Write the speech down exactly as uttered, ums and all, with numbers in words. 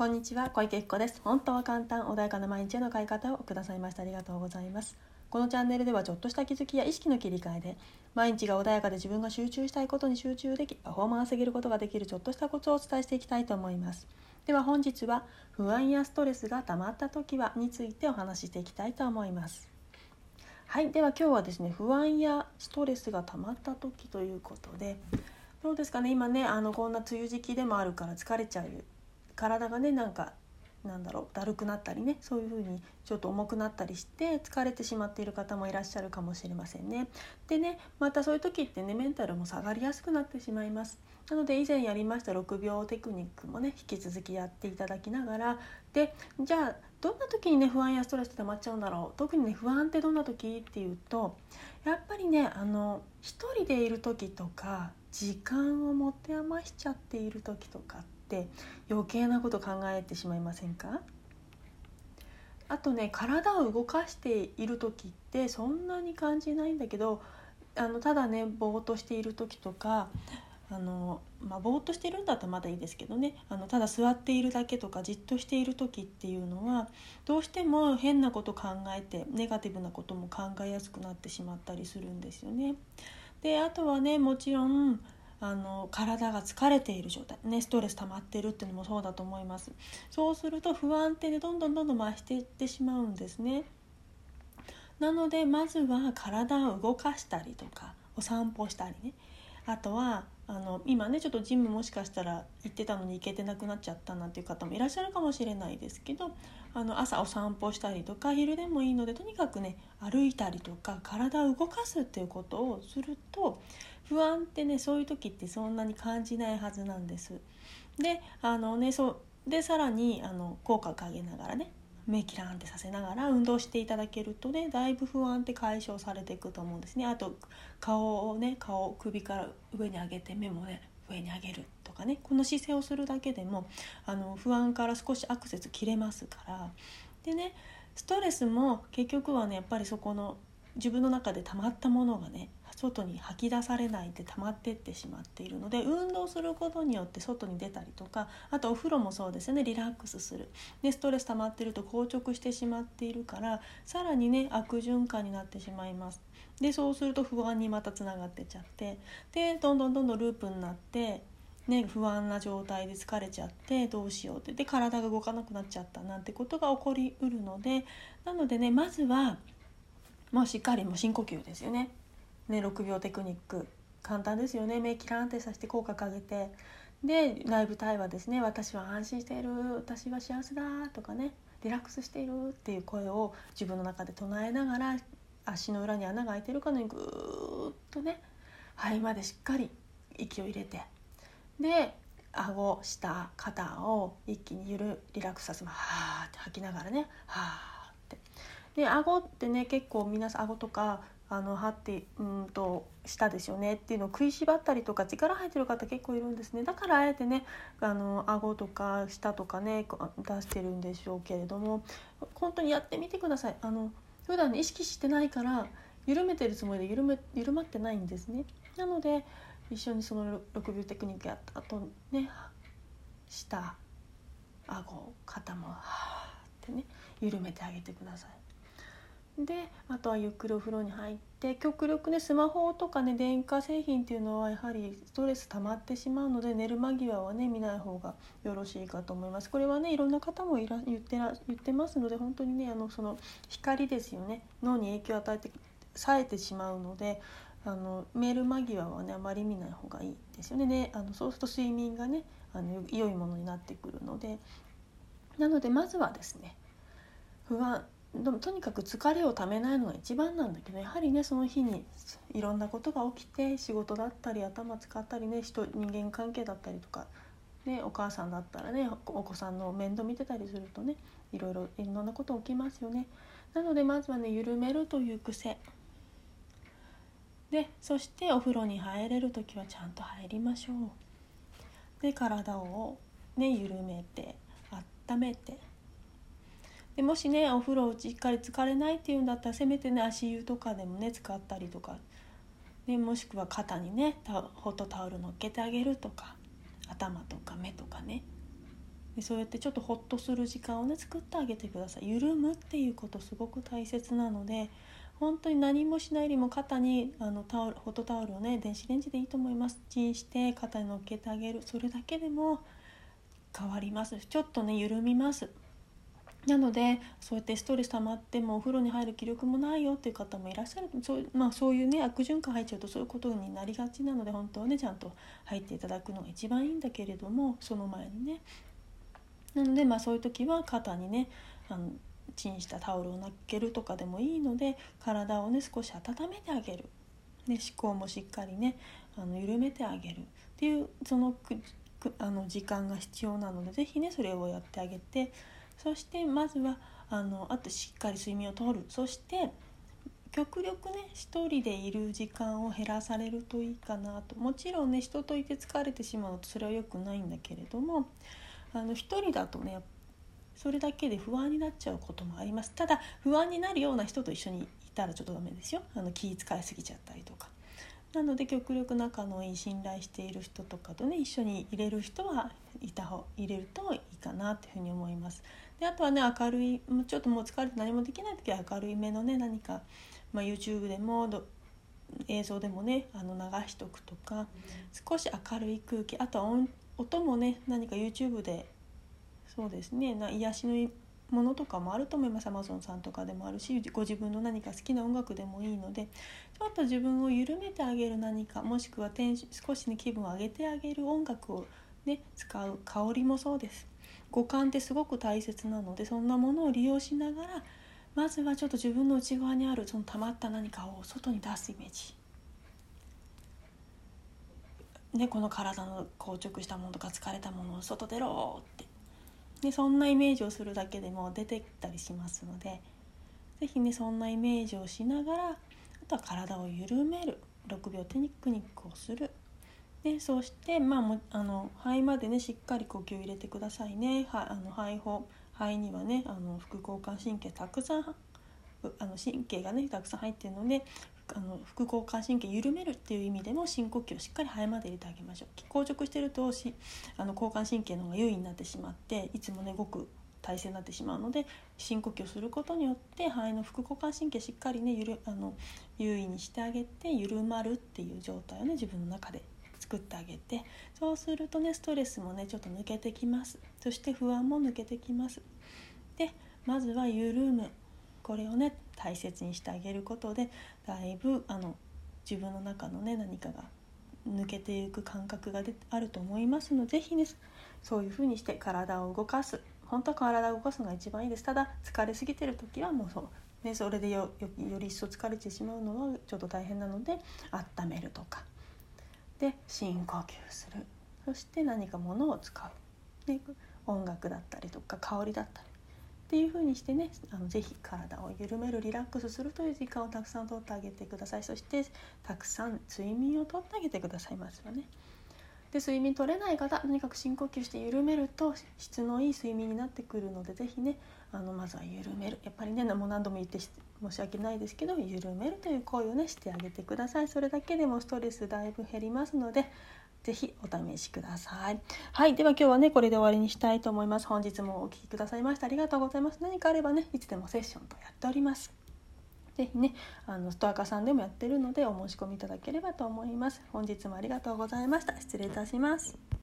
こんにちは、小池子です。本当は簡単、穏やかな毎日への変え方をくださいましてありがとうございます。このチャンネルではちょっとした気づきや意識の切り替えで毎日が穏やかで自分が集中したいことに集中できパフォーマンス上げることができるちょっとしたコツをお伝えしていきたいと思います。では本日は不安やストレスが溜まった時はについてお話ししていきたいと思います。はい、では今日はですね、不安やストレスが溜まった時ということで、どうですかね、今ね、あのこんな梅雨時期でもあるから疲れちゃう、体がねなんかなんだろうだるくなったりね、そういう風にちょっと重くなったりして疲れてしまっている方もいらっしゃるかもしれませんね。でね、またそういう時ってねメンタルも下がりやすくなってしまいます。なので以前やりましたろくびょうテクニックもね引き続きやっていただきながら、でじゃあどんな時にね不安やストレスって溜まっちゃうんだろう、特にね不安ってどんな時っていうと、やっぱりねあの一人でいる時とか時間を持て余しちゃっている時とかって余計なこと考えてしまいませんか？あとね、体を動かしている時ってそんなに感じないんだけど、あのただねぼーっとしている時とか、あの、まあ、ぼーっとしてるんだったらまだいいですけどね、あのただ座っているだけとかじっとしている時っていうのはどうしても変なこと考えてネガティブなことも考えやすくなってしまったりするんですよね。であとはね、もちろんあの体が疲れている状態、ね、ストレス溜まってるっていうのもそうだと思います。そうすると不安定でどんどんどんどん増していってしまうんですね。なのでまずは体を動かしたりとかお散歩したりね、あとはあの今ねちょっとジムもしかしたら行ってたのに行けてなくなっちゃったなんていう方もいらっしゃるかもしれないですけど、あの朝お散歩したりとか昼でもいいので、とにかくね歩いたりとか体を動かすっていうことをすると不安ってねそういう時ってそんなに感じないはずなんです。であのねそうでさらにあの口角上げながらね目キランってさせながら運動していただけるとね、だいぶ不安って解消されていくと思うんですね。あと顔をね顔を首から上に上げて目もね上に上げるとかね、この姿勢をするだけでもあの不安から少しアクセス切れますから。でね、ストレスも結局はねやっぱりそこの自分の中で溜まったものがね外に吐き出されないで溜まっていってしまっているので、運動することによって外に出たりとか、あとお風呂もそうですよね、リラックスする。でストレス溜まっていると硬直してしまっているから、さらにね悪循環になってしまいます。でそうすると不安にまたつながってっちゃって、でどんどんどんどんループになってね、不安な状態で疲れちゃってどうしようって、で体が動かなくなっちゃったなんてことが起こりうるので、なのでねまずはもうしっかりもう深呼吸ですよね。ね、ろくびょうテクニック簡単ですよね。目キランってさせて口角上げて、で内部対話ですね。私は安心している、私は幸せだとかね、リラックスしているっていう声を自分の中で唱えながら、足の裏に穴が開いてるかのようにぐーっとね肺までしっかり息を入れて、で顎下肩を一気にゆるリラックスさせます。はーって吐きながらね、はーって。で顎ってね結構皆さん顎とかあの張ってうんと舌ですよねっていうのを食いしばったりとか力入ってる方結構いるんですね。だからあえてねあの顎とか舌とかね出してるんでしょうけれども、本当にやってみてください。あの普段、ね、意識してないから緩めてるつもりで緩め緩まってないんですね。なので一緒にそのろくびょうテクニックやった後ね、舌顎肩もはーってね緩めてあげてください。であとはゆっくりお風呂に入って、極力ねスマホとかね電化製品っていうのはやはりストレス溜まってしまうので、寝る間際はね見ない方がよろしいかと思います。これはねいろんな方もいら言ってら言ってますので、本当にねあのその光ですよね、脳に影響を与えて冴えてしまうので、あの寝る間際はねあまり見ない方がいいですよね。ねあのそうすると睡眠がねあの良いものになってくるので、なのでまずはですね不安でもとにかく疲れをためないのが一番なんだけど、やはりねその日にいろんなことが起きて、仕事だったり頭使ったりね人人間関係だったりとか、ね、お母さんだったらねお子さんの面倒見てたりするとねいろいろいろんなこと起きますよね。なのでまずはね緩めるという癖で、そしてお風呂に入れるときはちゃんと入りましょう。で体をね緩めて温めて、でもしねお風呂をしっかり浸かれないっていうんだったら、せめてね足湯とかでもね使ったりとか、ね、もしくは肩にねホットタオル乗っけてあげるとか、頭とか目とかねでそうやってちょっとホッとする時間をね作ってあげてください。緩むっていうことすごく大切なので、本当に何もしないよりも肩にあのタオルホットタオルをね電子レンジでいいと思います。チンして肩に乗っけてあげる。それだけでも変わります。ちょっとね緩みます。なのでそうやってストレス溜まってもお風呂に入る気力もないよっていう方もいらっしゃる。そう、まあ、そういうね悪循環入っちゃうとそういうことになりがちなので、本当はねちゃんと入っていただくのが一番いいんだけれども、その前にね、なのでまあそういう時は肩にねあのチンしたタオルを乗っけるとかでもいいので、体をね少し温めてあげる、で思考もしっかりねあの緩めてあげるっていうそのくくあの時間が必要なので、ぜひねそれをやってあげて、そしてまずはあのあとしっかり睡眠をとる。そして極力ね一人でいる時間を減らされるといいかなと。もちろんね人といて疲れてしまうとそれは良くないんだけれども、あの一人だとねそれだけで不安になっちゃうこともあります。ただ不安になるような人と一緒にいたらちょっとダメですよ。あの気使いすぎちゃったりとか。なので極力仲のいい信頼している人とかとね一緒に入れる人はいた方入れるといいかなというふうに思います。であとはね明るいちょっともう疲れて何もできない時は明るいめのね何か、まあ、YouTube でも映像でもねあの流しとくとか、少し明るい空気、あとは 音, 音もね何か YouTube でそうですねな癒しのものとかもあると思います。 Amazon さんとかでもあるし、ご自分の何か好きな音楽でもいいので、ちょっと自分を緩めてあげる何か、もしくはテンシ少し、ね、気分を上げてあげる音楽を、ね、使う。香りもそうです。五感ってすごく大切なので、そんなものを利用しながらまずはちょっと自分の内側にあるその溜まった何かを外に出すイメージ、ね、この体の硬直したものとか疲れたものを外出ろってでそんなイメージをするだけでも出てきたりしますので、ぜひねそんなイメージをしながら、あとは体を緩める、ろくびょうテクニックをする。でそうして、まあ、もあの肺までねしっかり呼吸入れてくださいね。はあの肺胞肺にはねあの副交感神経たくさんあの神経がねたくさん入っているので、あの副交感神経緩めるっていう意味でも深呼吸をしっかり肺まで入れてあげましょう。硬直してるとしあの交感神経の方が優位になってしまって、いつもね動く体勢になってしまうので、深呼吸をすることによって肺の副交感神経しっかりねゆるあの優位にしてあげて、緩まるっていう状態をね自分の中で作ってあげて、そうするとねストレスもねちょっと抜けてきます。そして不安も抜けてきます。でまずは緩む、これをね大切にしてあげることで、だいぶあの自分の中のね何かが抜けていく感覚がであると思いますので、ぜひねそういう風にして体を動かす。本当は体を動かすのが一番いいです。ただ疲れすぎてる時はもうそう、ね、それで よ, よ, より一層疲れてしまうのはちょっと大変なので、温めるとかで深呼吸する。そして何か物を使う、で音楽だったりとか香りだったりっていう風にしてね、あのぜひ体を緩める、リラックスするという時間をたくさんとってあげてください。そしてたくさん睡眠をとってあげてくださいますよね。で睡眠取れない方、とにかく深呼吸して緩めると質のいい睡眠になってくるので、ぜひねあのまずは緩める、やっぱりねもう何度も言って申し訳ないですけど、緩めるという行為をねしてあげてください。それだけでもストレスだいぶ減りますので、ぜひお試しください。はい、では今日はねこれで終わりにしたいと思います。本日もお聞きくださいましてありがとうございます。何かあればねいつでもセッションとやっております。ぜひねあのストアカさんでもやってるのでお申し込みいただければと思います。本日もありがとうございました。失礼いたします。